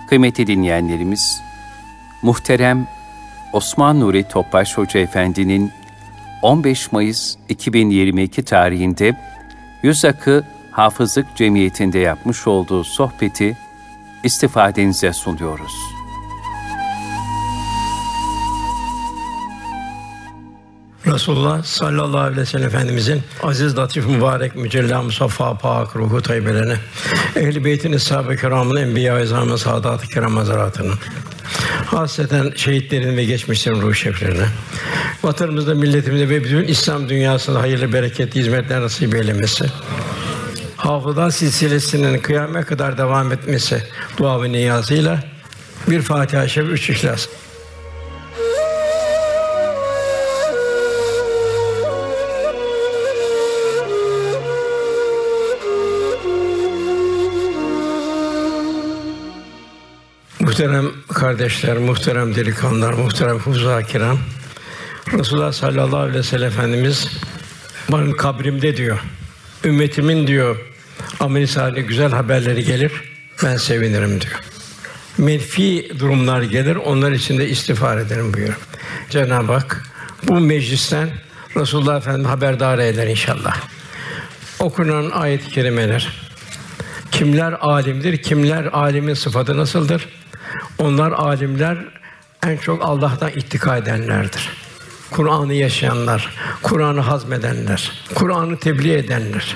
Kıymetli dinleyenlerimiz, muhterem Osman Nuri Topbaş Hoca Efendi'nin 15 Mayıs 2022 tarihinde Yüz Akı Hafızlık Cemiyeti'nde yapmış olduğu sohbeti istifadenize sunuyoruz. Resulullah sallallahu aleyhi ve sellem Efendimizin aziz, latif, mübarek, mücella, musaffa, pak, ruhu tayyibelerine, ehl-i beytin, eshab-ı kiramın, enbiya-i izamın, saadat-ı kiram hazaratının, hasreten şehitlerin ve geçmişlerin ruh şeriflerine, vatanımızda, milletimizde ve bütün İslam dünyasında hayırlı, bereketli hizmetler nasip eylemesi, hafıza silsilesinin kıyamete kadar devam etmesi dua ve niyazıyla bir Fatiha-i Şerif, 3 İhlas. Muhterem kardeşler, muhterem delikanlılar, muhterem hufza-ı kiram, Resulullah sallallahu aleyhi ve sellem Efendimiz bana kabrimde diyor, ümmetimin diyor amel-i salih güzel haberleri gelir, ben sevinirim diyor. Menfi durumlar gelir, onlar için de istiğfar ederim buyuruyor. Cenab-ı Hak bu meclisten Resulullah Efendimiz haberdar eder inşallah. Okunan ayet-i kerimeler, kimler âlimdir, kimler âlimin sıfatı nasıldır? Onlar âlimler en çok Allah'tan ittika edenlerdir. Kur'an'ı yaşayanlar, Kur'an'ı hazmedenler, Kur'an'ı tebliğ edenler,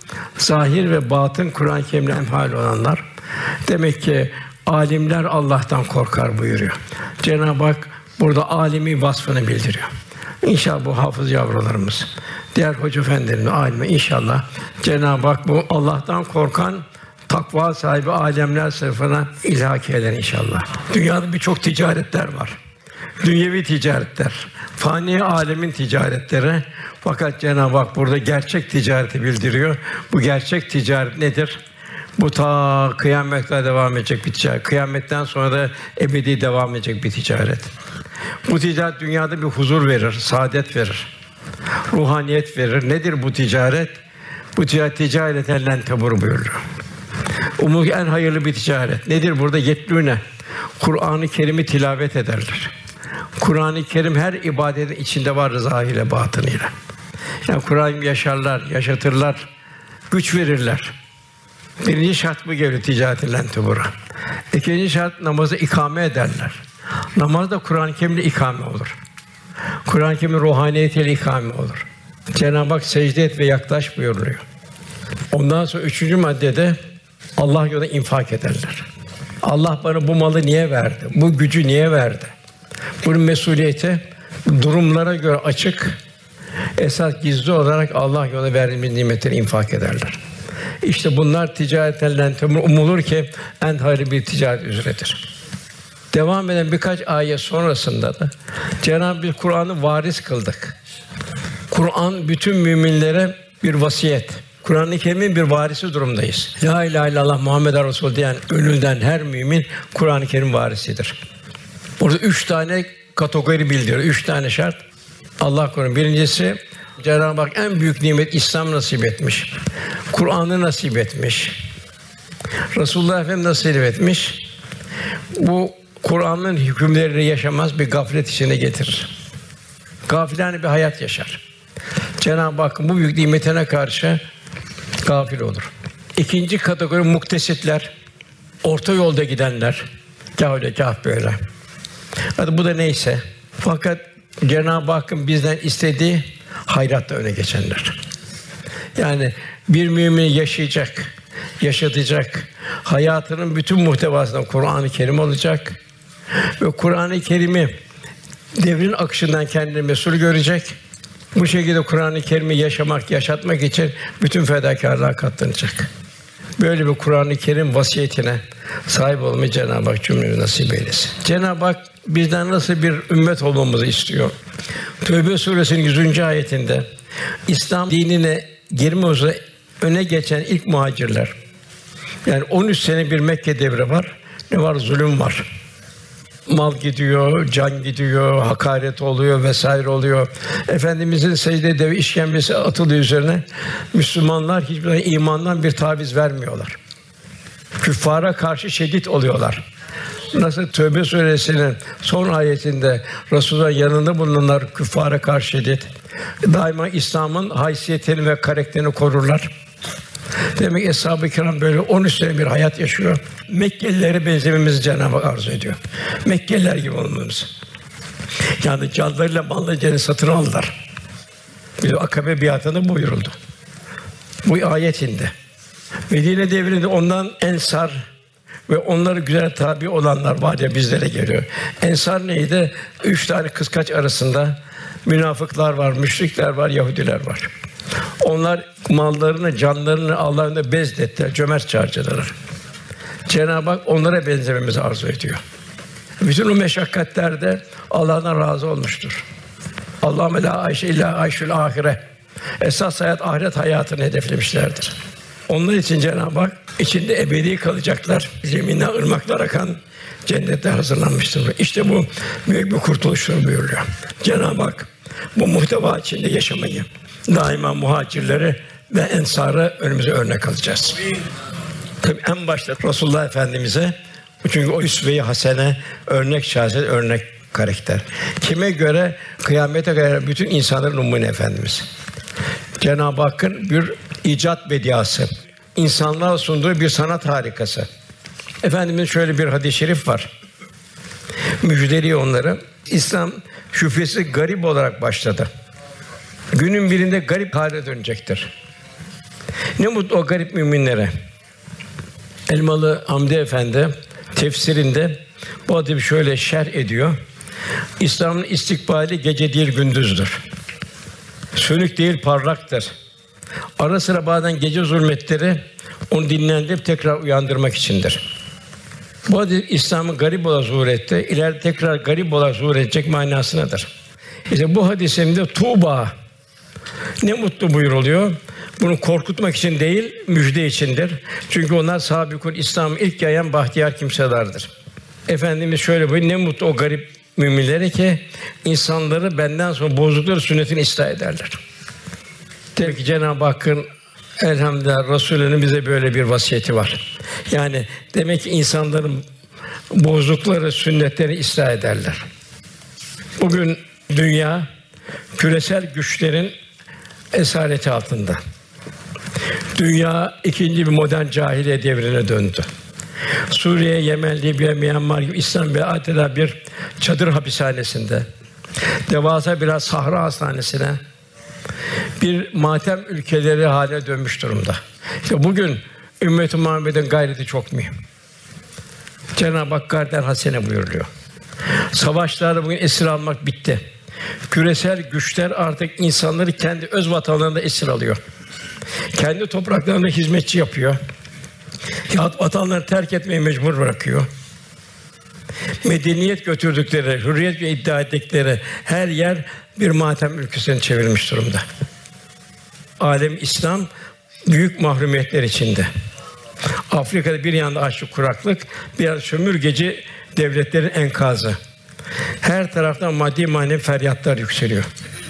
zahir ve batın Kur'an-ı Kerim'le hemhâl olanlar. Demek ki âlimler Allah'tan korkar buyuruyor. Cenab-ı Hak burada âlimi vasfını bildiriyor. İnşallah bu hafız yavrularımız, diğer hoca efendilerimiz, âlime inşallah Cenab-ı Hak bu Allah'tan korkan takva sahibi âlemler sınıfına ilhak eder inşallah. Dünyada birçok ticaretler var. Dünyevi ticaretler, fani âlemin ticaretleri. Fakat Cenab-ı Hak burada gerçek ticareti bildiriyor. Bu gerçek ticaret nedir? Bu ta kıyamete devam edecek bir ticaret. Kıyametten sonra da ebedi devam edecek bir ticaret. Bu ticaret dünyada bir huzur verir, saadet verir, ruhaniyet verir. Nedir bu ticaret? Bu ticaret ellen tebur buyuruyor. En hayırlı bir ticaret. Nedir burada? Yetlûne. Kur'an-ı Kerim'i tilavet ederler. Kur'an-ı Kerim her ibadetin içinde var, zahiriyle, batınıyla. Yani Kur'an'ı yaşarlar, yaşatırlar, güç verirler. Birinci şart bu geliyor ticaretin lentubura. İkinci şart namazı ikame ederler. Namaz da Kur'an-ı Kerim'le ikame olur. Kur'an-ı Kerim'in ruhaniyetiyle ikame olur. Cenab-ı Hak secde et ve yaklaş buyuruyor. Ondan sonra üçüncü maddede Allah yolunda infak ederler. Allah bana bu malı niye verdi? Bu gücü niye verdi? Bunun mesuliyeti durumlara göre açık, esas gizli olarak Allah yolunda verdiğimiz nimetleri infak ederler. İşte bunlar ticaretten umulur ki en hayırlı bir ticaret üzeredir. Devam eden birkaç ayet sonrasında da Cenab-ı Hak Kur'an'ı varis kıldık. Kur'an bütün müminlere bir vasiyet. Kur'an-ı Kerim'in bir varisi durumdayız. La ilahe illallah Muhammeden Resul diyen ölüden her mümin Kur'an-ı Kerim varisidir. Burada 3 tane kategori bildiriyor, 3 tane şart. Allah korusun. Birincisi Cenab-ı Hak en büyük nimet İslam nasip etmiş. Kur'an'ı nasip etmiş. Resulullah Efendimiz nasip etmiş. Bu Kur'an'ın hükümlerini yaşamaz, bir gaflet içine getirir. Gafilane bir hayat yaşar. Cenab-ı Hakk'ın bu büyük nimetine karşı gafil olur. İkinci kategori muktesitler, orta yolda gidenler, kâh öyle kâh böyle. Hadi bu da neyse. Fakat Cenab-ı Hakk'ın bizden istediği hayratta öne geçenler. Yani bir mümin yaşayacak, yaşatacak, hayatının bütün muhtevasından Kur'an-ı Kerim olacak ve Kur'an-ı Kerim'i devrin akışından kendini mesul görecek. Bu şekilde Kur'an-ı Kerim'i yaşamak, yaşatmak için bütün fedakârlığa katlanacak. Böyle bir Kur'an-ı Kerim vasiyetine sahip olmayı Cenab-ı Hak cümlemize nasip eylesin. Cenab-ı Hak bizden nasıl bir ümmet olmamızı istiyor? Tevbe suresinin 100. ayetinde İslam dinine girme hususunda öne geçen ilk muhacirler. Yani 13 sene bir Mekke devri var. Ne var? Zulüm var. Mal gidiyor, can gidiyor, hakaret oluyor vesaire oluyor. Efendimizin secdede ve işkembesi atılıyor üzerine. Müslümanlar hiçbir zaman imandan bir taviz vermiyorlar. Küffara karşı şiddet oluyorlar. Nasıl Tövbe suresinin son ayetinde Resulullah'ın yanında bulunanlar küffara karşı şiddet, daima İslam'ın haysiyetini ve karakterini korurlar. Demek ki Eshab-ı Kiram böyle 13 sene bir hayat yaşıyor. Mekkelilere benzememizi Cenab-ı Hak arzu ediyor. Mekkeliler gibi olmamızı. Yani canlarıyla mallarıyla cennet satın aldılar. Bir Akabe biatında buyuruldu. Bu ayet indi. Medine devrinde ondan Ensar ve onları güzel tabi olanlar var ya bizlere geliyor. Ensar neydi? 3 tane kıskaç arasında münafıklar var, müşrikler var, Yahudiler var. Onlar mallarını, canlarını Allah'ın da bezlettiler, cömert harcadılar. Cenab-ı Hak onlara benzememizi arzu ediyor. Bütün o meşakkatlerde Allah'tan razı olmuştur. Allahümme lâ ayşe illâ ayşül âhire. Esas hayat ahiret hayatını hedeflemişlerdir. Onlar için Cenab-ı Hak içinde ebedi kalacaklar. Zeminden ırmaklar akan cennette hazırlanmıştır. İşte bu büyük bir kurtuluştur buyuruyor. Cenab-ı Hak bu muhteva içinde yaşamayı, daima muhacirleri ve ensarı önümüze örnek alacağız. Tabii en başta Resulullah Efendimiz'e, çünkü o üsve-i hasene, örnek şahsiyet, örnek karakter. Kime göre? Kıyamete kadar bütün insanların numune Efendimiz. Cenab-ı Hakk'ın bir icat bediası, insanlığa sunduğu bir sanat harikası. Efendimiz'in şöyle bir hadis-i şerif var. Müjdeliyor onları. İslam şüphesiz garip olarak başladı. Günün birinde garip hale dönecektir. Ne mutlu o garip müminlere. Elmalı Hamdi Efendi tefsirinde bu hadisi şöyle şerh ediyor. İslam'ın istikbali gece değil gündüzdür. Sönük değil parlaktır. Ara sıra bazen gece zulmetleri onu dinlendirip tekrar uyandırmak içindir. Bu hadis İslam'ın garip olarak zuhur etti. İleride tekrar garip olarak zuhur edecek manasındadır. İşte bu hadisimde Tuğba, ne mutlu buyuruluyor. Bunu korkutmak için değil, müjde içindir. Çünkü onlar sabikun İslam'ı ilk yayan bahtiyar kimselerdir. Efendimiz şöyle buyuruyor: ne mutlu o garip müminlere ki insanları benden sonra bozdukları sünnetini ıslah ederler. Demek ki Cenab-ı Hakk'ın elhamdülillah Resulü'nün bize böyle bir vasiyeti var. Yani demek ki insanların bozdukları sünnetleri ıslah ederler. Bugün dünya küresel güçlerin esareti altında. Dünya ikinci bir modern cahiliye devrine döndü. Suriye, Yemen, Libya, Myanmar gibi İslam ve adeta bir çadır hapishanesinde, devasa bir sahra hastanesine, bir matem ülkeleri haline dönmüş durumda. İşte bugün ümmet-i Muhammed'in gayreti çok mühim. Cenab-ı Hak gayret-i hasene buyuruyor. Savaşlarda bugün esir almak bitti. Küresel güçler artık insanları kendi öz vatanlarında esir alıyor. Kendi topraklarında hizmetçi yapıyor. Yahut vatanlarını terk etmeye mecbur bırakıyor. Medeniyet götürdükleri, hürriyet ve iddia ettikleri her yer bir matem ülkesine çevrilmiş durumda. Alem İslam büyük mahrumiyetler içinde. Afrika'da bir yanda açlık, kuraklık, bir yanda sömürgeci devletlerin enkazı. Her taraftan maddi manevi feryatlar yükseliyor.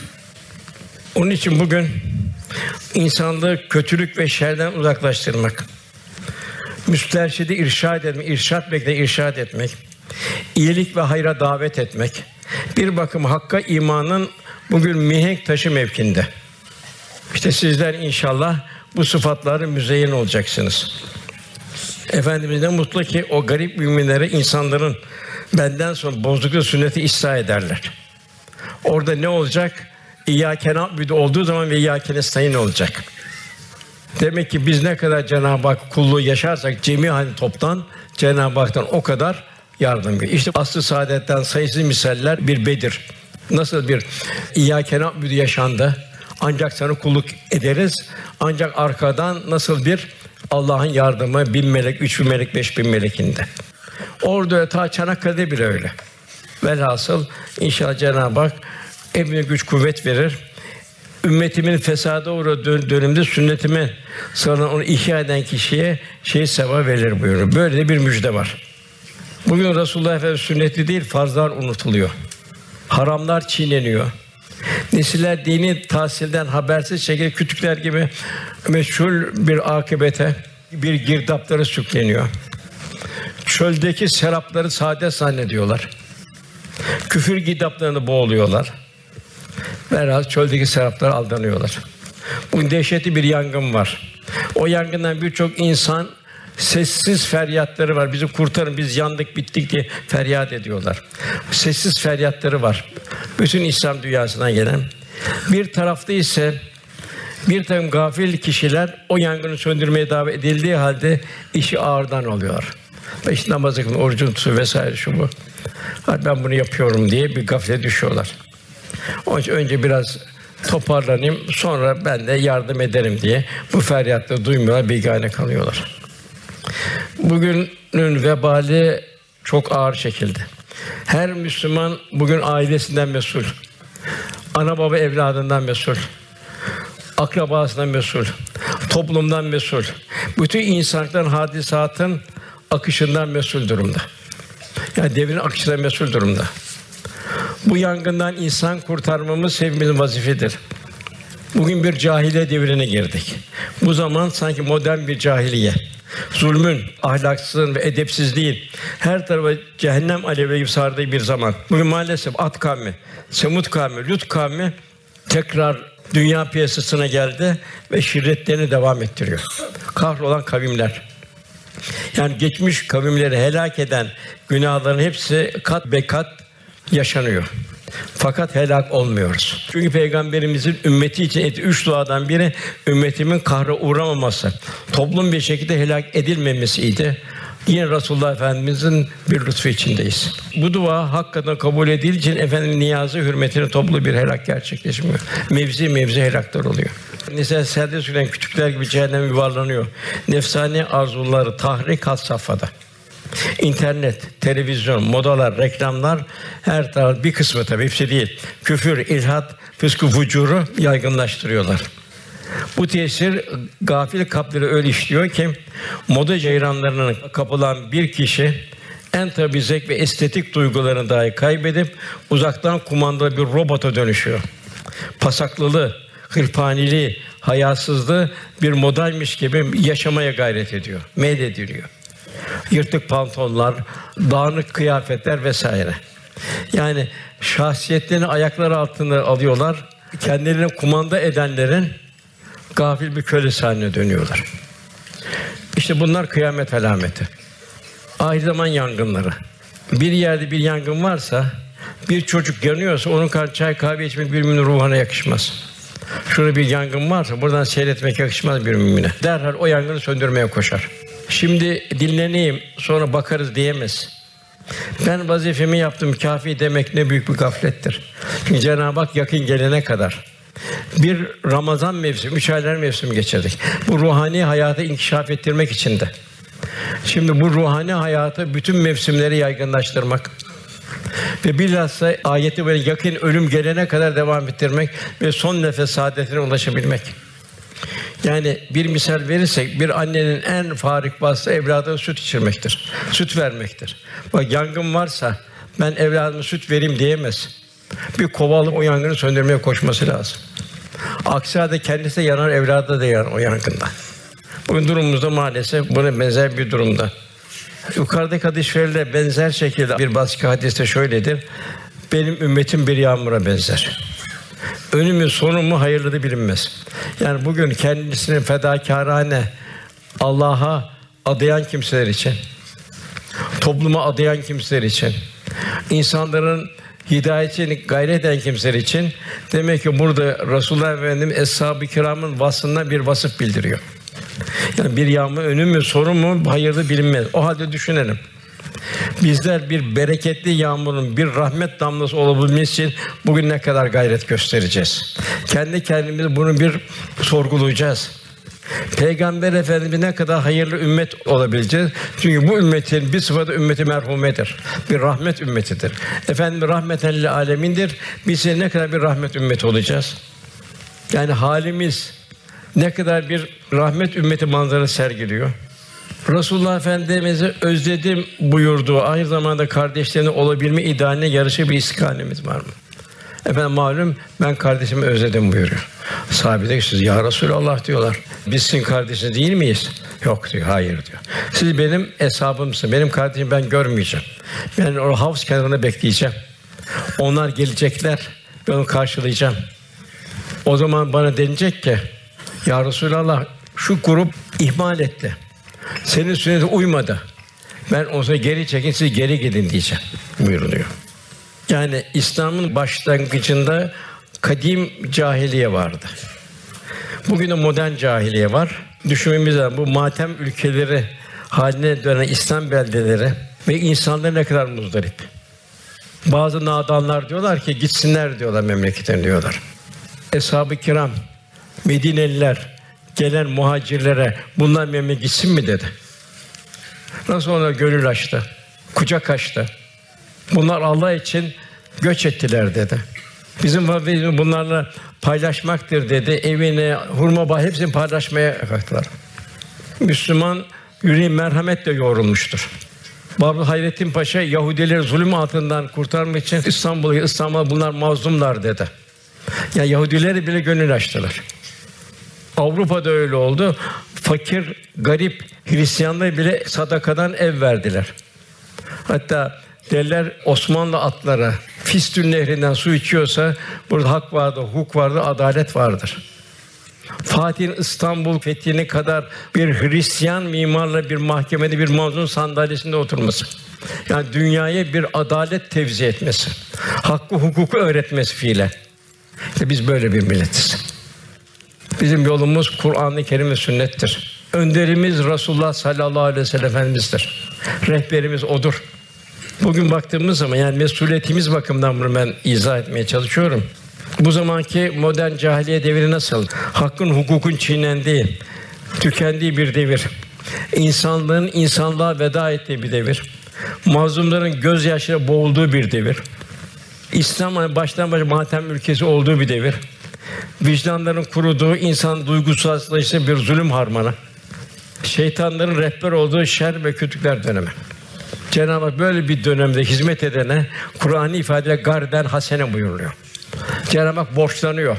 Onun için bugün insanlığı kötülük ve şerden uzaklaştırmak, müsterşidi irşad etmek, irşad etmek, iyilik ve hayra davet etmek, bir bakıma hakka imanın bugün mihenk taşı mevkinde. İşte sizler inşallah bu sıfatların müzeyyen olacaksınız. Efendimiz ne mutlu ki o garip müminlere insanların benden sonra bozdukları sünneti ıslah ederler. Orada ne olacak? İyyâke na'budu olduğu zaman ve İyyâke nestaîn olacak. Demek ki biz ne kadar Cenab-ı Hak kulluğu yaşarsak cemiyen toptan Cenab-ı Hak'tan o kadar yardım geliyor. İşte asr-ı saadetten sayısız misaller bir Bedir. Nasıl bir İyyâke na'budu yaşandı? Ancak sana kulluk ederiz. Ancak arkadan nasıl bir Allah'ın yardımı 1000 melek, 3000 melek, 5000 melekinde. Orada ta Çanakkale'de bile öyle. Velhasıl inşallah Cenab-ı Hak emrine güç kuvvet verir. Ümmetimin fesada uğradığı dönemde sünnetimi sonra onu ihya eden kişiye sevap verilir buyuruyor. Böyle de bir müjde var. Bugün Resulullah Efendimiz sünneti değil, farzlar unutuluyor. Haramlar çiğneniyor. Nesiller dini tahsilden habersiz şekilde kütükler gibi meşhur bir akıbete, bir girdaplara sürükleniyor. Çöldeki serapları saadet zannediyorlar. Küfür girdaplarını boğuluyorlar. Velhâsıl çöldeki seraplara aldanıyorlar. Bugün dehşetli bir yangın var. O yangından birçok insan sessiz feryatları var. Bizi kurtarın, biz yandık, bittik diye feryat ediyorlar. Sessiz feryatları var. Bütün İslam dünyasına gelen. Bir tarafta ise bir takım gafil kişiler o yangını söndürmeye davet edildiği halde işi ağırdan alıyorlar. İşte namazı kılın, orucunu tutun vesaire şu bu. Hadi ben bunu yapıyorum diye bir gaflete düşüyorlar. Onun için önce biraz toparlanayım, sonra ben de yardım ederim diye bu feryatları duymuyorlar, bigane kalıyorlar. Bugünün vebali çok ağır şekilde. Her Müslüman bugün ailesinden mesul. Ana baba evladından mesul. Akrabasından mesul. Toplumdan mesul. Bütün insanlıkların hadisatın akışından mesul durumda. Yani devrin akışından mesul durumda. Bu yangından insan kurtarmamız hepimizin vazifedir. Bugün bir cahiliye devrine girdik. Bu zaman sanki modern bir cahiliye. Zulmün, ahlaksızlığın ve edepsizliğin her tarafa cehennem alevleri gibi sardığı bir zaman. Bugün maalesef Ad kavmi, Semud kavmi, Lut kavmi tekrar dünya piyasasına geldi ve şirretlerini devam ettiriyor. Kahrolan kavimler. Yani geçmiş kavimleri helak eden günahların hepsi kat be kat yaşanıyor. Fakat helak olmuyoruz. Çünkü Peygamberimizin ümmeti için ettiği 3 duadan biri ümmetimin kahre uğramaması, toplum bir şekilde helak edilmemesiydi. Yine Resulullah Efendimizin bir lütfu içindeyiz. Bu dua hakikaten kabul edildiği için Efendimiz niyazı hürmetine toplu bir helak gerçekleşmiyor. Mevzi helaklar oluyor. Nisa serde sürülen küçükler gibi cehennem yuvarlanıyor. Nefsani arzuları tahrik had safhada. İnternet, televizyon, modalar, reklamlar her taraf bir kısmı tabii hepsi değil. Küfür, ilhat, fıskı, fucuru yaygınlaştırıyorlar. Bu tesir gafil kalpleri öyle işliyor ki moda ceyranlarına kapılan bir kişi en tabii zevk ve estetik duygularını dahi kaybedip uzaktan kumandalı bir robota dönüşüyor. Pasaklılığı, hırpaniliği, hayasızlığı bir modelmiş gibi yaşamaya gayret ediyor, meydediliyor. Yırtık pantolonlar, dağınık kıyafetler vesaire. Yani şahsiyetlerini ayakları altına alıyorlar. Kendilerini kumanda edenlerin gafil bir kölesi haline dönüyorlar. İşte bunlar kıyamet alameti. Ahir zaman yangınları. Bir yerde bir yangın varsa, bir çocuk yanıyorsa onun karşı çay kahve içmek bir müminin ruhuna yakışmaz. Şurada bir yangın varsa buradan seyretmek yakışmaz bir mümine. Derhal o yangını söndürmeye koşar. Şimdi dinleneyim, sonra bakarız diyemez. Ben vazifemi yaptım, kâfi demek ne büyük bir gaflettir. Çünkü Cenab-ı Hak yakın gelene kadar bir Ramazan mevsimi, 3 aylar mevsimi geçirdik. Bu ruhani hayatı inkişaf ettirmek için de. Şimdi bu ruhani hayatı bütün mevsimleri yaygınlaştırmak ve bilhassa ayeti böyle yakın ölüm gelene kadar devam ettirmek ve son nefes saadetine ulaşabilmek. Yani bir misal verirsek, bir annenin en farik vasfı evladına süt içirmektir, süt vermektir. Bak yangın varsa ben evladıma süt vereyim diyemez. Bir kova alıp o yangını söndürmeye koşması lazım. Aksi halde kendisi yanar, evladı da yanar o yangında. Bugün durumumuzda maalesef buna benzer bir durumda. Yukarıdaki hadis-i şerifle benzer şekilde bir başka hadiste şöyledir: benim ümmetim bir yağmura benzer. Önümü sonumu hayırlı bilinmez. Yani bugün kendisini fedakârane Allah'a adayan kimseler için, topluma adayan kimseler için, insanların hidayetini gayret eden kimseler için demek ki burada Resulullah Efendimiz Eshab-ı Kiram'ın vasfından bir vasıf bildiriyor. Yani bir yağmur önümü sonumu hayırlı bilinmez. O halde düşünelim. Bizler bir bereketli yağmurun, bir rahmet damlası olabilmesi için bugün ne kadar gayret göstereceğiz? Kendi kendimize bunu bir sorgulayacağız. Peygamber Efendimiz ne kadar hayırlı ümmet olabileceğiz? Çünkü bu ümmetin bir sıfatı ümmeti merhumedir. Bir rahmet ümmetidir. Efendimiz rahmeten lil âlemindir. Biz ne kadar bir rahmet ümmeti olacağız? Yani halimiz ne kadar bir rahmet ümmeti manzarası sergiliyor? Resulullah Efendimiz'i özledim buyurduğu aynı zamanda kardeşlerine olabilme idealine yarışı bir istikamemiz var mı? Efendim malum ben kardeşimi özledim buyuruyor. Sahabe de siz ya Resulallah diyorlar. Biz sizin kardeşiniz değil miyiz? Yok diyor. Hayır diyor. Siz benim eshabımsınız. Benim kardeşimi ben görmeyeceğim. Ben o havuz kenarında bekleyeceğim. Onlar gelecekler. Ben onu karşılayacağım. O zaman bana denilecek ki ya Resulallah şu grup ihmal etti. Senin sünnete uymadı. Ben o zaman geri çekin, siz geri gidin diyeceğim buyuruluyor. Yani İslam'ın başlangıcında kadim cahiliye vardı. Bugün de modern cahiliye var. Düşünmemiz lazım. Bu matem ülkeleri haline dönen İslam beldeleri ve insanlar ne kadar muzdarip. Bazı nadanlar diyorlar ki gitsinler diyorlar memleketlerine diyorlar. Eshab-ı kiram, Medineliler gelen muhacirlere bunlar memlekete gitsin mi dedi. Nasıl ona gönül açtı, kucak açtı. Bunlar Allah için göç ettiler dedi. Bizim vazifemiz bunlarla paylaşmaktır dedi. Evine, hurma bağı hepsini paylaşmaya kalktılar. Müslüman yüreği merhametle yoğrulmuştur. Babı Hayrettin Paşa Yahudileri zulüm altından kurtarmak için İstanbul'a bunlar mazlumlar dedi. Ya Yahudileri bile gönül açtılar. Avrupa'da öyle oldu. Fakir, garip Hristiyanlara bile sadakadan ev verdiler. Hatta derler Osmanlı atlara Fistül Nehri'nden su içiyorsa burada hak vardır, hukuk vardır, adalet vardır. Fatih'in İstanbul fethine kadar bir Hristiyan mimarla bir mahkemede bir mazlum sandalyesinde oturması. Yani dünyaya bir adalet tevzi etmesi, hakkı hukuku öğretmesi fiilen. İşte biz böyle bir milletiz. Bizim yolumuz Kur'an-ı Kerim ve sünnettir. Önderimiz Resulullah sallallahu aleyhi ve sellem Efendimiz'dir. Rehberimiz odur. Bugün baktığımız zaman yani mesuliyetimiz bakımından bunu ben izah etmeye çalışıyorum. Bu zamanki modern cahiliye devri nasıl? Hakkın, hukukun çiğnendiği, tükendiği bir devir. İnsanlığın insanlığa veda ettiği bir devir. Mazlumların gözyaşlarıyla boğulduğu bir devir. İslam baştan başa matem ülkesi olduğu bir devir. Vicdanların kuruduğu, insan duygusuzlaştığı bir zulüm harmanı. Şeytanların rehber olduğu şer ve kötülükler dönemi. Cenab-ı Hak böyle bir dönemde hizmet edene Kur'an-ı ifadeyle garden hasene buyuruluyor. Cenab-ı Hak borçlanıyor.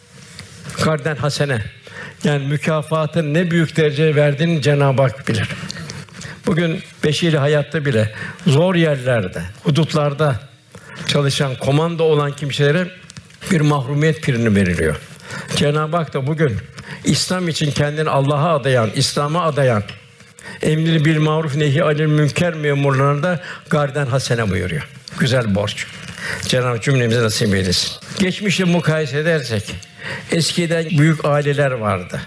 Garden hasene. Yani mükafatın ne büyük derece verdiğini Cenab-ı Hak bilir. Bugün beşeri hayatta bile zor yerlerde, hudutlarda çalışan, komando olan kimselere bir mahrumiyet primi veriliyor. Cenab-ı Hak da bugün İslam için kendini Allah'a adayan, İslam'a adayan, emri bil maruf nehi anil münker memurlarına da garden hasene buyuruyor. Güzel borç. Cenab-ı Hak cümlemize nasip eylesin. Geçmişle mukayese edersek eskiden büyük aileler vardı.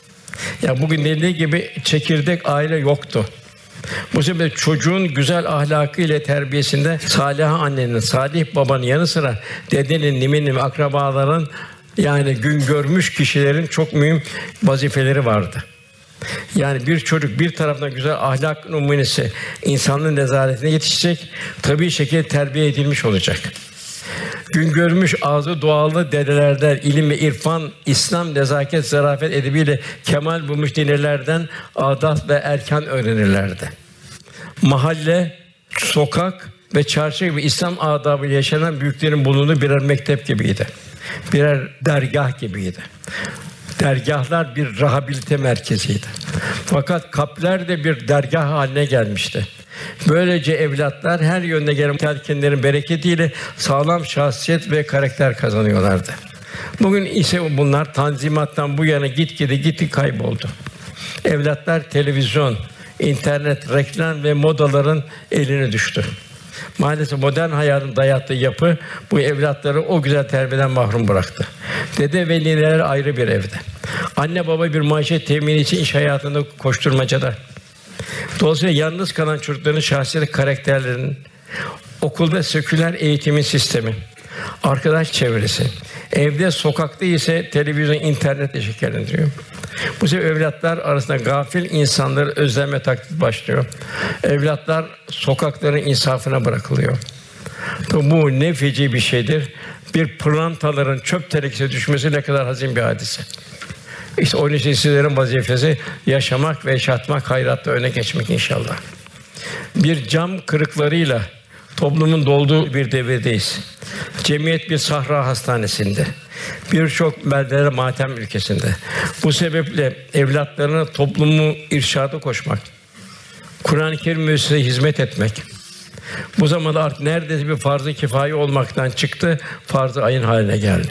Ya bugün dediği gibi çekirdek aile yoktu. Bu sebeple çocuğun güzel ahlakı ile terbiyesinde salih annenin, salih babanın yanı sıra dedenin, nimenin ve akrabaların yani gün görmüş kişilerin çok mühim vazifeleri vardı. Yani bir çocuk bir taraftan güzel ahlak numunesi, insanlığın nezaretine yetişecek, tabii şekilde terbiye edilmiş olacak. Gün görmüş ağzı dualı dedelerden ilim ve irfan, İslam, nezaket, zarafet edebiyle kemal bulmuş ninelerden adab ve erkan öğrenirlerdi. Mahalle, sokak ve çarşı gibi İslam adabı yaşanan büyüklerin bulunduğu birer mektep gibiydi. Birer dergah gibiydi. Dergâhlar bir rehabilite merkeziydi. Fakat kalpler de bir dergâh haline gelmişti. Böylece evlatlar her yönde gelen telkinlerin bereketiyle sağlam şahsiyet ve karakter kazanıyorlardı. Bugün ise bunlar tanzimattan bu yana gitgide kayboldu. Evlatlar televizyon, internet, reklam ve modaların eline düştü. Maalesef modern hayatın dayattığı yapı bu evlatları o güzel terbiyeden mahrum bıraktı. Dede ve nineler ayrı bir evde. Anne baba bir maişet temini için iş hayatında koşturmacada. Dolayısıyla yalnız kalan çocukların şahsiyet karakterlerinin okulda seküler eğitimin sistemi, arkadaş çevresi, evde sokakta ise televizyon, internetle şekillendiriyor. Bu sefer evlatlar arasında gafil insanları özleme taklit başlıyor. Evlatlar sokakların insafına bırakılıyor. Bu ne feci bir şeydir. Bir pırlantaların çöp tenekesine düşmesi ne kadar hazin bir hadise. İşte onun için sizlerin vazifesi yaşamak ve yaşatmak, hayratta öne geçmek inşallah. Bir cam kırıklarıyla toplumun dolduğu bir devirdeyiz. Cemiyet bir sahra hastanesinde. Birçok beldelere matem ülkesinde. Bu sebeple evlatlarına toplumu irşada koşmak, Kur'an-ı Kerim müessesesine hizmet etmek, bu zamanda artık neredeyse bir farz-ı kifaye olmaktan çıktı, farz-ı ayın haline geldi.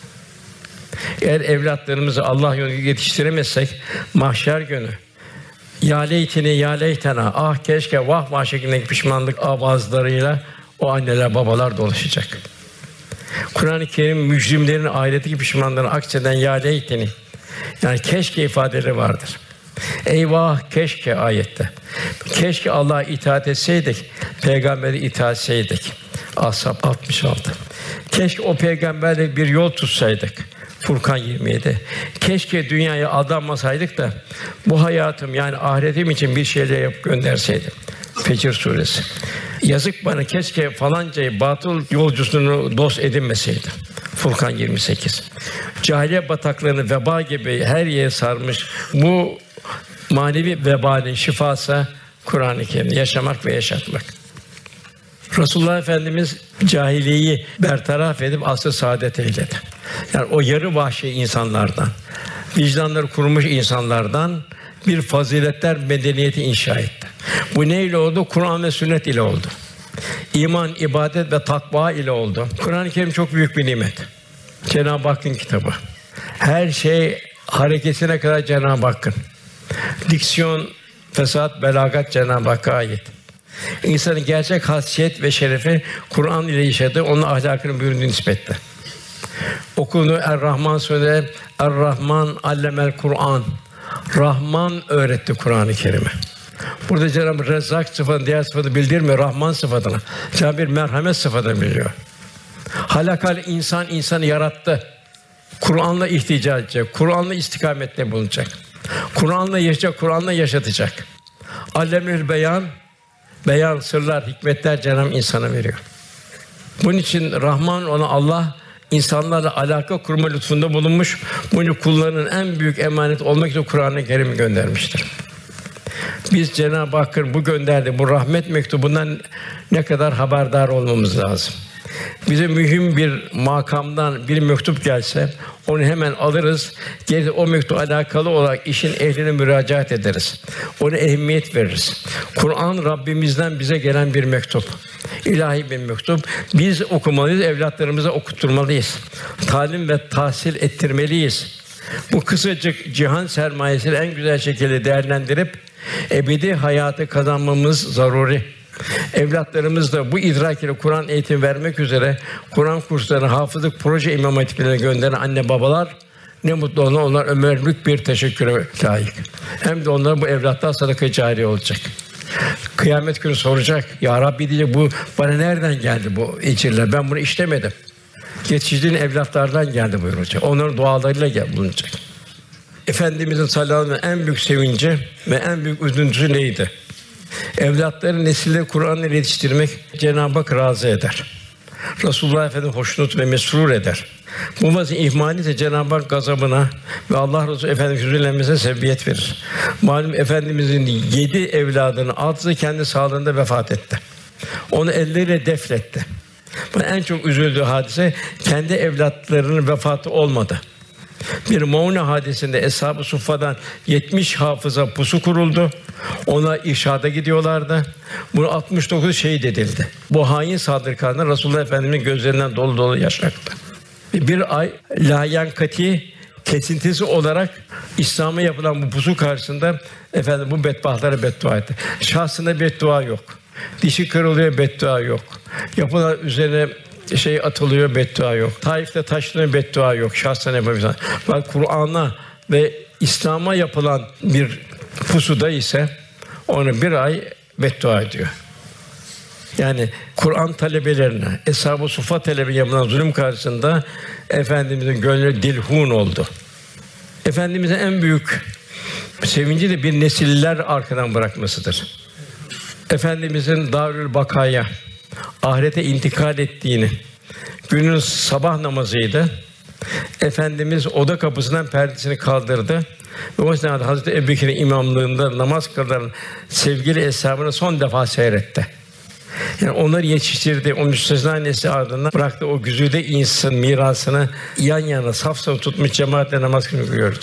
Eğer evlatlarımızı Allah yolunda yetiştiremezsek, mahşer günü "Ya leyteni, ya leytena, ah keşke, vah vah" şeklindeki pişmanlık avazlarıyla o anneler, babalar dolaşacak. Kur'an-ı Kerim mücrimlerin ahiretteki pişmanlığını akseden "ya leyteni", yani keşke ifadeleri vardır. Eyvah, keşke ayette. Keşke Allah'a itaat etseydik, peygambere itaat etseydik. Ashab 66. Keşke o peygamberle bir yol tutsaydık. Furkan 27. Keşke dünyaya aldanmasaydık da bu hayatım, yani ahiretim için bir şeyler yapıp gönderseydim. Fecr suresi. Yazık bana, keşke falancayı, batıl yolcusunu dost edinmeseydim. Furkan 28. Cahiliye bataklarını veba gibi her yere sarmış bu manevi vebanın şifası Kur'an-ı Kerim'de yaşamak ve yaşatmak. Resulullah Efendimiz cahiliyeyi bertaraf edip asr-ı saadet eyledi. Yani o yarı vahşi insanlardan, vicdanları kurumuş insanlardan bir faziletler medeniyeti inşa etti. Bu neyle oldu? Kur'an ve sünnet ile oldu. İman, ibadet ve takva ile oldu. Kur'an-ı Kerim çok büyük bir nimet. Cenab-ı Hakk'ın kitabı. Her şey hareketine kadar Cenab-ı Hakk'ın. Diksiyon, fesat, belagat Cenab-ı Hakk'a ait. İnsanın gerçek hasiyet ve şerefi Kur'an ile yaşadığı, onun ahlakının büründüğü nispetle. Okuduğu Er-Rahman Sûresi, Er-Rahman allemel Kur'an. Rahman öğretti Kur'an-ı Kerim'i. Burada Cenab-ı Rezzak sıfatını, diğer sıfatı bildirmiyor, Rahman sıfatını. Cenab-ı bir merhamet sıfatını biliyor. Halakal insan, insanı yarattı. Kur'an'la ihtica edecek, Kur'an'la istikamette bulunacak. Kur'an'la yaşayacak, Kur'an'la yaşatacak. Allemül beyan, beyan, sırlar, hikmetler Cenab-ı insana veriyor. Bunun için Rahman olan Allah insanlarla alaka kurma lütfunda bulunmuş. Bunu kullarının en büyük emanet olmak için Kur'an-ı Kerim'i göndermiştir. Biz Cenab-ı Hakk'ın bu gönderdiği bu rahmet mektubundan ne kadar haberdar olmamız lazım. Bize mühim bir makamdan bir mektup gelse onu hemen alırız. Gelir o mektupla alakalı olarak işin ehline müracaat ederiz. Ona ehemmiyet veririz. Kur'an Rabbimizden bize gelen bir mektup. İlahi bir mektup. Biz okumalıyız, evlatlarımıza okutturmalıyız. Talim ve tahsil ettirmeliyiz. Bu kısacık cihan sermayesini en güzel şekilde değerlendirip ebedi hayatı kazanmamız zaruri. Evlatlarımız da bu idrak ile Kur'an eğitimi vermek üzere Kur'an kurslarına, hafızlık proje imam hatiplerine gönderen anne babalar ne mutlu onlar ömürlük bir teşekküre layık. Hem de onlar bu evlatlar sadaka-i cariye olacak. Kıyamet günü soracak. Ya Rabbi diyecek, bu bana nereden geldi bu ecirler? Ben bunu işlemedim. Yetiştirdiğin evlatlardan geldi buyuracak. Onların dualarıyla bulunacak. Efendimizin sallallahu aleyhi ve sellem en büyük sevinci ve en büyük üzüntüsü neydi? Evlatları nesilleri Kur'an ile yetiştirmek Cenab-ı Hak razı eder. Resulullah Efendimiz hoşnut ve mesrur eder. Bu vazife ihmali ise Cenab-ı Hak gazabına ve Allah Resulü Efendimiz hüzünlenmesine sebebiyet verir. Malum Efendimizin 7 evladının 6'sı kendi sağlığında vefat etti. Onu elleriyle defnetti. Bu en çok üzüldüğü hadise kendi evlatlarının vefatı olmadı. Bir Maune hadisinde Eshab-ı Suffa'dan 70 hafıza pusu kuruldu. Ona irşada gidiyorlardı. Bunu 69 şehit edildi. Bu hain saldırganlar Resulullah Efendimiz'in gözlerinden dolu dolu yaş aktı. Bir ay layankati kesintisi olarak İslam'a yapılan bu pusu karşısında efendim bu bedbahtlara beddua etti. Şahsına beddua yok. Dişi kırılıyor, beddua yok. Yapılan üzerine atılıyor, beddua yok. Taif'te taşlanıyor, beddua yok. Şahsen yapabilirsin. Bak Kur'an'a ve İslam'a yapılan bir pusuda ise onu bir ay beddua ediyor. Yani Kur'an talebelerine, Eshab-ı Suffa talebelerine yapılan zulüm karşısında Efendimizin gönlü dilhun oldu. Efendimizin en büyük sevinci de bir nesiller arkadan bırakmasıdır. Efendimizin Darül Bakaya ahirete intikal ettiğini, günün sabah namazıydı. Efendimiz oda kapısından perdesini kaldırdı ve o esnada Hazreti Ebubekir'in imamlığında namaz kılan sevgili eshabını son defa seyretti. Yani onları yetiştirdi, o müstesna nesli ardından bıraktı o güzide insan mirasını yan yana saf saf tutmuş cemaatle namaz kılıyordu.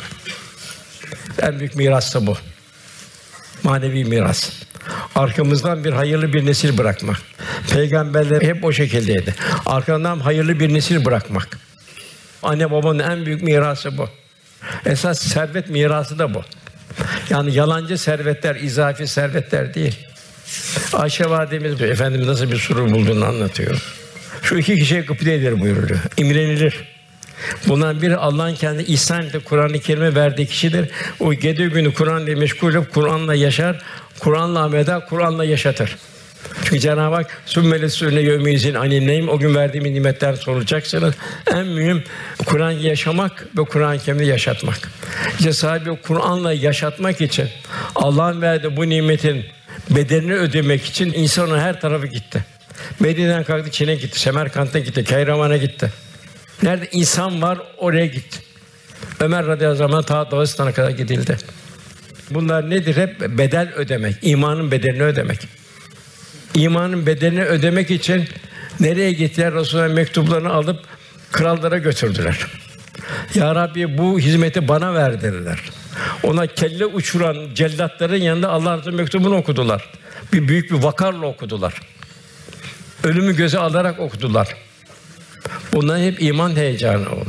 En büyük miras da bu. Manevi miras. Arkamızdan bir hayırlı bir nesil bırakmak. Peygamberler hep o şekildeydi. Arkamdan hayırlı bir nesil bırakmak. Anne babanın en büyük mirası bu. Esas servet mirası da bu. Yani yalancı servetler, izafi servetler değil. Ayşe validemiz Efendimiz nasıl bir surur bulduğunu anlatıyor. Şu iki kişiye gıpta edilir buyuruyor. İmrenilir. Bundan biri Allah'ın kendi ihsan ettiği Kur'an-ı Kerim'e verdiği kişidir. O gece günü Kur'an'la meşgul olup Kur'an'la yaşar, Kur'an'la amel eder, Kur'an'la yaşatır. Çünkü Cenab-ı Hak sümmele sürüne yevmiyizin anineyim, o gün verdiğim nimetler sorulacaksınız. En mühim Kur'an yaşamak ve Kur'an-ı Kerim'i yaşatmak. İşte sahibi Kur'an'la yaşatmak için Allah'ın verdiği bu nimetin bedelini ödemek için insanın her tarafı gitti. Medine'den kalktı, Çin'e gitti, Semerkant'a gitti, Kayraman'a gitti. Nerede insan var oraya gitti. Ömer radıyallahu anh ta Dağıstan'a kadar gidildi. Bunlar nedir? Hep bedel ödemek, imanın bedelini ödemek. İmanın bedelini ödemek için nereye gittiler? Resulullah'ın mektuplarını alıp krallara götürdüler. Ya Rabbi bu hizmeti bana ver dediler. Ona kelle uçuran cellatların yanında Allah Resulü'nün mektubunu okudular. Büyük bir vakarla okudular. Ölümü göze alarak okudular. Bunlar hep iman heyecanı oldu.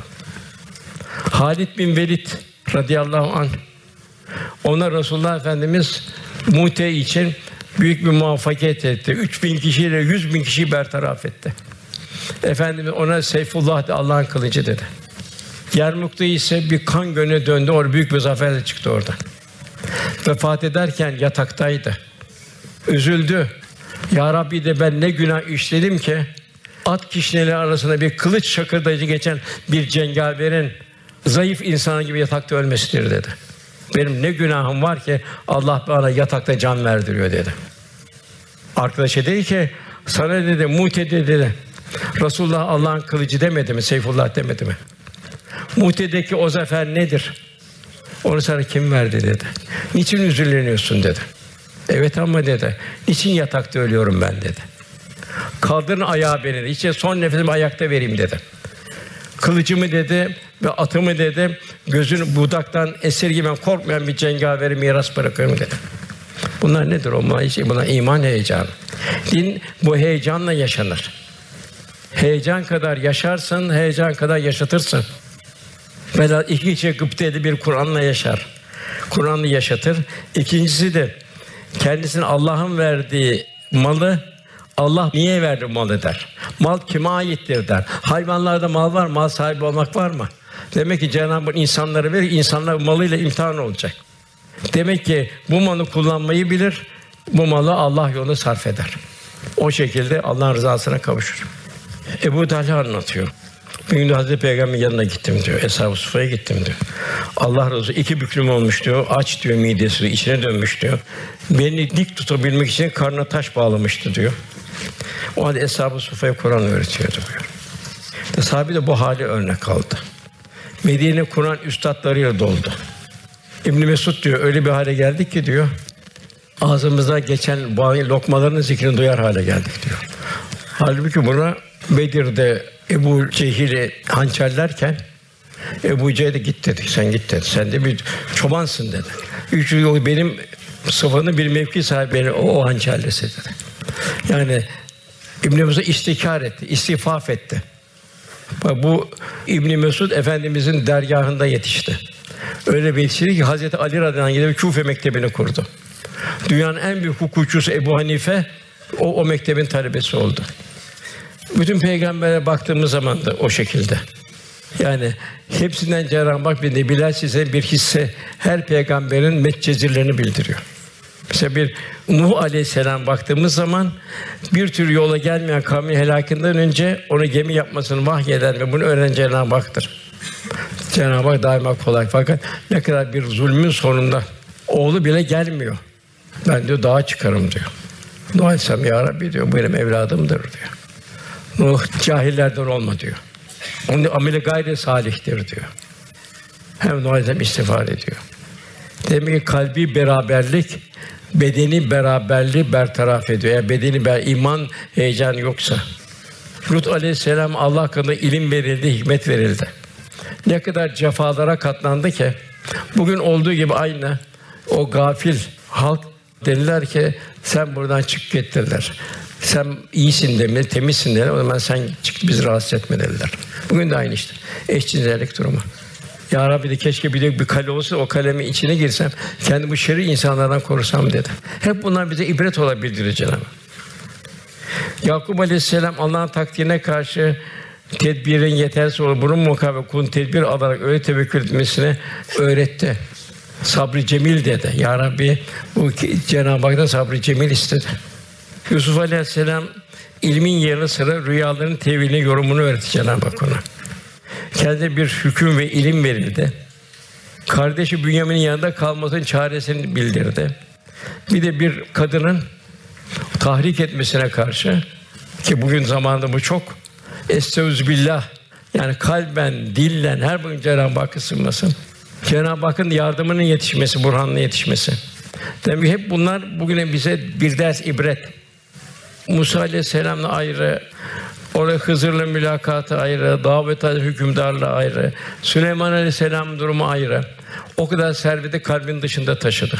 Halid bin Velid radıyallahu anh, ona Resulullah Efendimiz Mu'te için büyük bir muvaffakiyet etti. 3000 kişiyle 100.000 kişiyi bertaraf etti. Efendimiz ona Seyfullah de Allah'ın kılıcı dedi. Yermuk'ta ise bir kan gölüne döndü. Orada büyük bir zaferle çıktı oradan. Vefat ederken yataktaydı. Üzüldü. Ya Rabbi de ben ne günah işledim ki at kişneleri arasında bir kılıç şakırdayıcı geçen bir cengaverin zayıf insan gibi yatakta ölmesidir dedi. Benim ne günahım var ki Allah bana yatakta can verdiriyor dedi. Arkadaşı dedi ki sana dedi Mu'te dedi. Resulullah Allah'ın kılıcı demedi mi? Seyfullah demedi mi? Mu'te'deki o zafer nedir? Onu sana kim verdi dedi. Niçin üzüleniyorsun dedi. Evet ama dedi. Niçin yatakta ölüyorum ben dedi. Kaldırın ayağı beni dedi. İşte son nefesimi ayakta vereyim dedi. Kılıcımı dedi ve atımı dedi. Gözünü budaktan esirgemen, korkmayan bir cengaveri miras bırakıyorum dedi. Bunlar nedir? Bunlar iman heyecanı. Din bu heyecanla yaşanır. Heyecan kadar yaşarsın, heyecan kadar yaşatırsın. Vela iki kişi gıpta edip bir Kur'an'la yaşar. Kur'an'ı yaşatır. İkincisi de kendisine Allah'ın verdiği malı Allah niye verdi malı der. Mal kime aittir der. Hayvanlarda mal var, mal sahibi olmak var mı? Demek ki Cenab-ı Hak insanlara verir, insanlar malıyla imtihan olacak. Demek ki bu malı kullanmayı bilir, bu malı Allah yolunda sarf eder. O şekilde Allah'ın rızasına kavuşur. Ebu Talha anlatıyor. Bir gün Hazreti Peygamber'in yanına gittim diyor. Eshab-ı Suffa'ya gittim diyor. Allah razı olsun 2 büklüm olmuş diyor. Aç diyor midesi, içine dönmüş diyor. Beni dik tutabilmek için karnına taş bağlamıştı diyor. O halde Eshab-ı Suffa'ya Kur'an öğretiyordu diyor. Sahabe de bu hali örnek aldı. Medine Kur'an üstadlarıyla doldu. İbn Mesud diyor öyle bir hale geldik ki diyor. Ağzımızdan geçen lokmaların zikrini duyar hale geldik diyor. Halbuki buna Bedir'de Ebu Cehil'i hançerlerken Ebu Cehil'e git dedi. Sen git dedi. Sen de bir çobansın dedi. Benim sıfatını bir mevki sahibi beni o hançerlese dedi. Yani İbn Mesud istikrar etti, istifaf etti. Bak bu İbn Mesud Efendimizin dergâhında yetişti. Öyle bir yetişti ki Hazreti Ali radıyallahu anh gidip Küfe mektebini kurdu. Dünyanın en büyük hukukçusu Ebu Hanife o mektebin talebesi oldu. Bütün peygamberlere baktığımız zaman da o şekilde. Yani hepsinden Cenab-ı Hak bir nebiler size bir hisse her peygamberin metcezirlerini bildiriyor. Mesela bir Nuh Aleyhisselam baktığımız zaman bir tür yola gelmeyen kavmin helakından önce onu gemi yapmasını vahyeden ve bunu öğrenen Cenab-ı Hak'tır. Cenab-ı Hak daima kolay fakat ne kadar bir zulmün sonunda oğlu bile gelmiyor. Ben diyor dağa çıkarım diyor. Nuh Aleyhisselam ya Rabbi diyor bu benim evladımdır diyor. Nuh cahillerden olma diyor. Onun ameli gayri salihtir diyor. Hem Nuh Aleyhisselam istiğfar ediyor. Demek ki kalbi beraberlik bedeni beraberliği bertaraf ediyor. Eğer bedeni iman, heyecan yoksa. Lut aleyhisselam Allah hakkında ilim verildi, hikmet verildi. Ne kadar cefalara katlandı ki bugün olduğu gibi aynı o gafil halk dediler ki sen buradan çık git dediler. Sen iyisin demedi, temizsin dediler. O zaman sen çık bizi rahatsız etme dediler. Bugün de aynı işte. Eşcinsellik durumu. Ya Rabbi de keşke bir kale olsa o kalemin içine girsem, kendi bu şerri insanlardan korusam dedi. Hep bunlar bize ibret olabilir Cenab-ı Hak. Yakup Aleyhisselam Allah'ın takdirine karşı tedbirin yetersiz olur. Bunun mukavemet kulun tedbir alarak öyle tevekkül etmesini öğretti. Sabrı cemil dedi. Ya Rabbi bu Cenab-ı Hak'tan sabrı cemil istedi. Yusuf Aleyhisselam ilmin yanı sıra rüyaların tevilini, yorumunu öğretti Cenab-ı Hak ona. Kendine bir hüküm ve ilim verildi. Kardeşi Bünyamin'in yanında kalmasının çaresini bildirdi. Bir de bir kadının tahrik etmesine karşı ki bugün zamanında bu çok estağfirullah yani kalben, dillen her gün Cenab-ı Hakk'a sığınmasın. Cenab-ı Hakk'ın yardımının yetişmesi, burhanının yetişmesi. Demek hep bunlar bugüne bize bir ders, ibret. Musa Aleyhisselam'la ayrı, orada Hızır'la mülakatı ayrı, Davut hükümdarla ayrı, Süleyman Aleyhisselam durumu ayrı. O kadar serveti kalbin dışında taşıdı.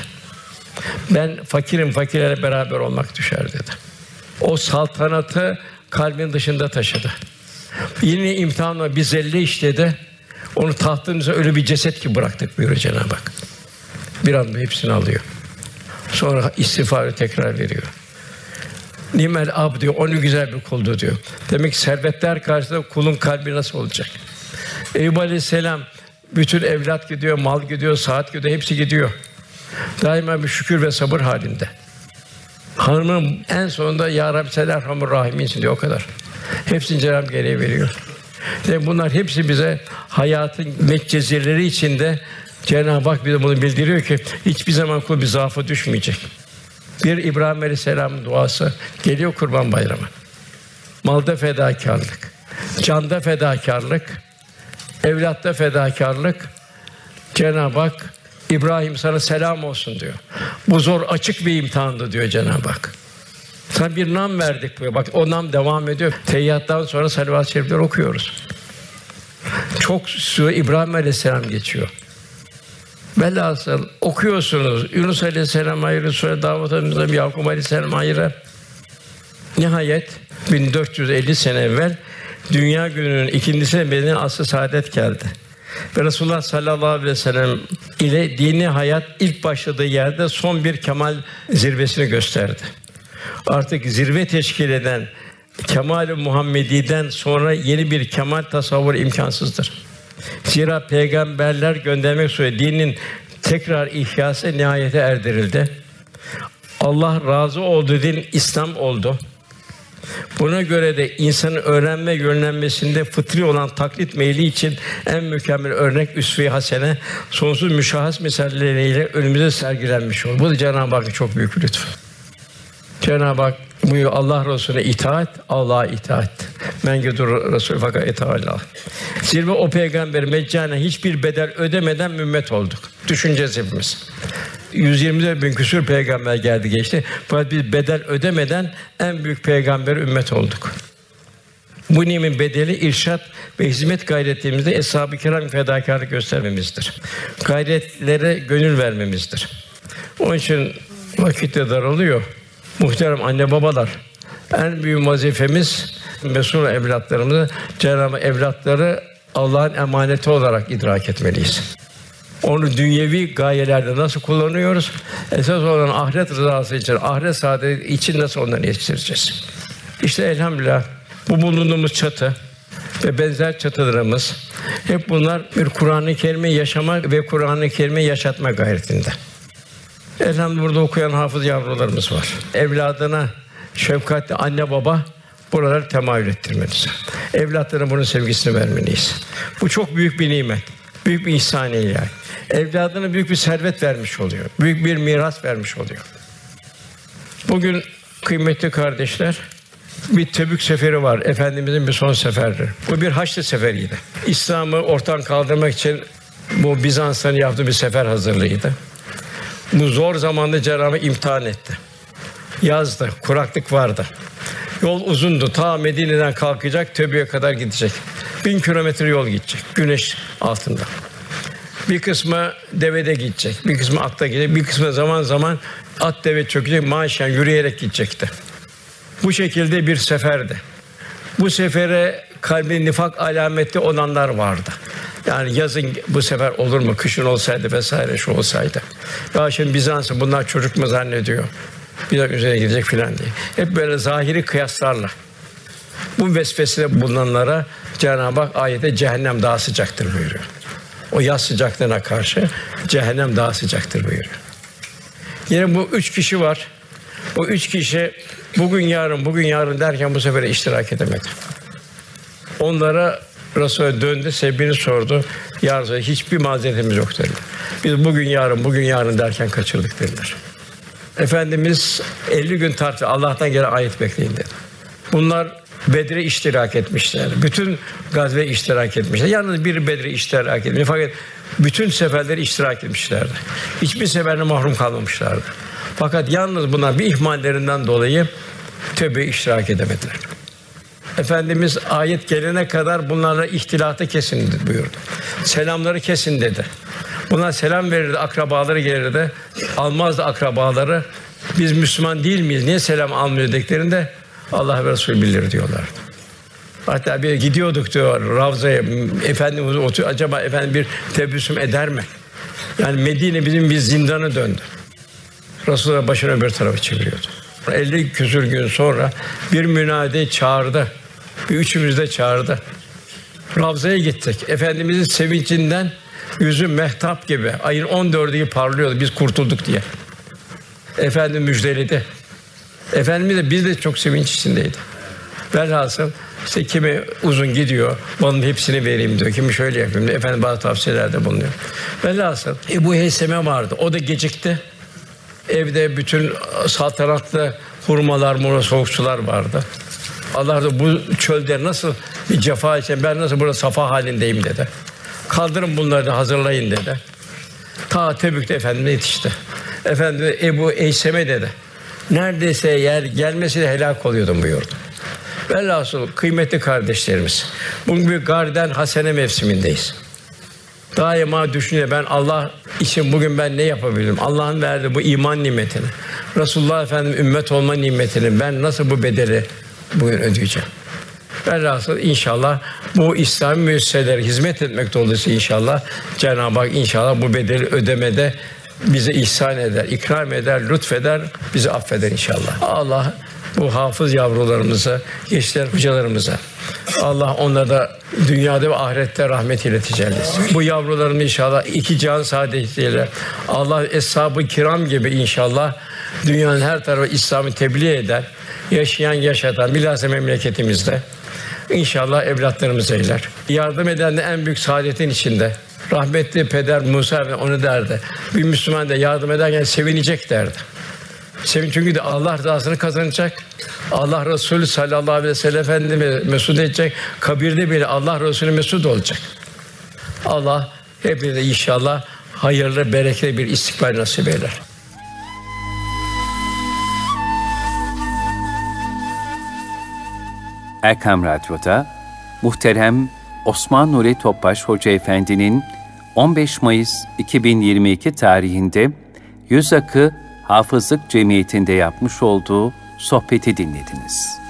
Ben fakirim, fakirlerle beraber olmak düşer dedi. O saltanatı kalbin dışında taşıdı. Yine imtihanla bir zelle işledi. Onu tahtımıza öyle bir ceset gibi bıraktık buyuruyor Cenab-ı Hak. Bir anda hepsini alıyor. Sonra istiğfarı tekrar veriyor. Nimel abd diyor, onu güzel bir kuldu diyor. Demek ki servetler karşısında kulun kalbi nasıl olacak? Eyüp Aleyhisselam bütün evlat gidiyor, mal gidiyor, saat gidiyor, hepsi gidiyor. Daima bir şükür ve sabır halinde. Hanımın en sonunda Ya Rabbi sen Erhamur Rahiminsin diyor, o kadar. Hepsini Cenab-ı geriye veriyor. Ve bunlar hepsi bize hayatın metcezeleri içinde Cenab-ı Hak bize bunu bildiriyor ki hiçbir zaman kul bir zaafa düşmeyecek. Bir İbrahim Aleyhisselam'ın duası geliyor Kurban Bayramı. Malda fedakârlık, canda fedakârlık, evlatta fedakârlık. Cenab-ı Hak İbrahim sana selam olsun diyor. Bu zor açık bir imtihandı diyor Cenab-ı Hak. Sana bir nam verdik diyor. Bak o nam devam ediyor. Teyyattan sonra salavat-ı şerifler okuyoruz. Çok süre İbrahim Aleyhisselam geçiyor. Velhasıl okuyorsunuz. Yunus Aleyhisselam ayrı, sonra Davut Aleyhisselam, Yakup Aleyhisselam ayrı. Nihayet 1450 sene evvel Dünya Günü'nün ikincisine Medine asr-ı saadet geldi. Ve Resulullah sallallahu aleyhi ve sellem ile dini hayat ilk başladığı yerde son bir kemal zirvesini gösterdi. Artık zirve teşkil eden Kemal-i Muhammedi'den sonra yeni bir kemal tasavvur imkansızdır. Zira peygamberler göndermek suretiyle dinin tekrar ihyası nihayete erdirildi. Allah razı olduğu din İslam oldu. Buna göre de insanın öğrenme yönlenmesinde fıtri olan taklit meyli için en mükemmel örnek üsve-i hasene, sonsuz müşahhas misalleriyle önümüze sergilenmiş oldu. Bu da Cenab-ı Hakk'ın çok büyük bir lütfu. Cenab-ı Hak buyuruyor, Allah Resulüne itaat, Allah'a itaat. Men gedur Resul fakat itaat. Zirve o peygamber meccane hiçbir bedel ödemeden ümmet olduk. Düşüneceğiz hepimiz. 120 bin küsur peygamber geldi geçti. Fakat biz bedel ödemeden en büyük peygamber ümmet olduk. Bu nimetin bedeli irşat ve hizmet gayretlerimizde eshab-ı kiram fedakârlık göstermemizdir. Gayretlere gönül vermemizdir. Onun için vakit de daralıyor. Muhterem anne babalar, en büyük vazifemiz mesul evlatlarımızı, Cenab-ı evlatları Allah'ın emaneti olarak idrak etmeliyiz. Onu dünyevi gayelerde nasıl kullanıyoruz? Esas olan ahiret rızası için, ahiret saadeti için nasıl onları yetiştireceğiz? İşte elhamdülillah bu bulunduğumuz çatı ve benzer çatılarımız hep bunlar bir Kur'an-ı Kerim'i yaşamak ve Kur'an-ı Kerim'i yaşatma gayretinde. Elhamdülillah burada okuyan hafız yavrularımız var. Evladına şefkatli anne baba buraları temayül ettirmeliyiz. Evlatlarına bunun sevgisini vermeliyiz. Bu çok büyük bir nimet, büyük bir ihsan-ı ilahi. Evladına büyük bir servet vermiş oluyor, büyük bir miras vermiş oluyor. Bugün kıymetli kardeşler, bir Tebük seferi var, Efendimizin bir son seferidir. Bu bir Haçlı seferiydi. İslam'ı ortadan kaldırmak için bu Bizans'ın yaptığı bir sefer hazırlığıydı. Bu zor zamanda Cenab-ı Hak imtihan etti. Yazdı, kuraklık vardı. Yol uzundu. Ta Medine'den kalkacak, Tebük'e kadar gidecek. 1000 kilometre yol gidecek, güneş altında. Bir kısmı devede gidecek, bir kısmı atta gidecek, bir kısmı zaman zaman at deve çökecek, maaşen yürüyerek gidecekti. Bu şekilde bir seferdi. Bu sefere kalbi nifak alameti olanlar vardı. Yani yazın bu sefer olur mu, kışın olsaydı vesaire şu olsaydı. Ya şimdi Bizans'ı bunlar çocuk mu zannediyor? Bir dakika üzerine gidecek filan diye. Hep böyle zahiri kıyaslarla. Bu vesvesede bulunanlara Cenab-ı Hak ayette cehennem daha sıcaktır buyuruyor. O yaz sıcaklığına karşı cehennem daha sıcaktır buyuruyor. Yine bu 3 kişi var. O 3 kişi bugün yarın derken bu sefer iştirak edemedi. Onlara Resulullah döndü, sebebini sordu. Ya Resulallah, hiçbir mazeretimiz yok dediler. Biz bugün yarın derken kaçırdık dediler. Efendimiz 50 gün tartıştı. Allah'tan gelen ayet bekleyin dedi. Bunlar Bedir'e iştirak etmişler. Bütün gazveye iştirak etmişler. Yalnız bir Bedir'e iştirak etmişler. Fakat bütün seferleri iştirak etmişlerdi. Hiçbir seferde mahrum kalmamışlardı. Fakat yalnız bunlar bir ihmallerinden dolayı Tevbe'ye iştirak edemediler. Efendimiz ayet gelene kadar bunlarla ihtilatı kesin buyurdu. Selamları kesin dedi. Bunlar selam verirdi, akrabaları gelirdi. Almazdı akrabaları. Biz Müslüman değil miyiz? Niye selam almıyor dediklerinde Allah ve Resulü bilir diyorlardı. Hatta bir gidiyorduk diyor Ravza'ya. Efendimiz oturuyor. Acaba efendim bir tebessüm eder mi? Yani Medine bizim bir zindana döndü. Resulullah başını öbür tarafa çeviriyordu. 50 küsur gün sonra bir münadi çağırdı. Bir üçümüz de çağırdı. Ravza'ya gittik. Efendimizin sevincinden yüzü mehtap gibi, ayın 14'ü gibi parlıyordu. Biz kurtulduk diye. Efendim müjdeledi. Efendimiz de biz de çok sevinç içindeydi. Velhasıl işte kimi uzun gidiyor, malın hepsini vereyim diyor. Kimi şöyle yapayım diyor. Efendim bazı tavsiyelerde bulunuyor. Velhasıl Ebu Heyseme vardı. O da gecikti. Evde bütün saltanatlı hurmalar, soğuk sular vardı. Allah da bu çölde nasıl bir cefa için, ben nasıl burada safa halindeyim dedi. Kaldırın bunları da hazırlayın dedi. Ta Tebük'te Efendimiz yetişti. Efendimiz Ebu Heyseme dedi. Neredeyse yer gelmesiyle helak oluyordum buyurdu. Velhasıl kıymetli kardeşlerimiz, bugün bir garden hasene mevsimindeyiz. Daima düşünüyor, ben Allah için bugün ben ne yapabilirim? Allah'ın verdiği bu iman nimetini, Resulullah Efendimiz ümmet olma nimetini ben nasıl bu bedeli bugün ödeyeceğim? Velhasıl inşallah bu İslami müesseselere hizmet etmek dolayısıyla inşallah Cenab-ı Hak inşallah bu bedeli ödemede bize ihsan eder, ikram eder, lütfeder, bizi affeder inşallah. Allah bu hafız yavrularımıza, gençler hocalarımıza, Allah onlara da dünyada ve ahirette rahmetiyle tecelli etsin. Bu yavrularımız inşallah iki cihan saadetiyle Allah eshab-ı kiram gibi inşallah dünyanın her tarafı İslam'ı tebliğ eder, yaşayan yaşatan bilhassa memleketimizde inşallah evlatlarımız eyler. Yardım eden de en büyük saadetin içinde. Rahmetli Peder Musa onu derdi. Bir Müslüman da yardım ederken sevinecek derdi. Çünkü de Allah rızasını kazanacak. Allah Resulü sallallahu aleyhi ve sellem Efendimiz mesut edecek. Kabirde bile Allah Resulü mesut olacak. Allah hepimize inşallah hayırlı, bereketli bir istikbal nasip eder. Erkam Radyo'da muhterem Osman Nuri Topbaş Hoca Efendi'nin 15 Mayıs 2022 tarihinde Yüzakı Hafızlık Cemiyeti'nde yapmış olduğu sohbeti dinlediniz.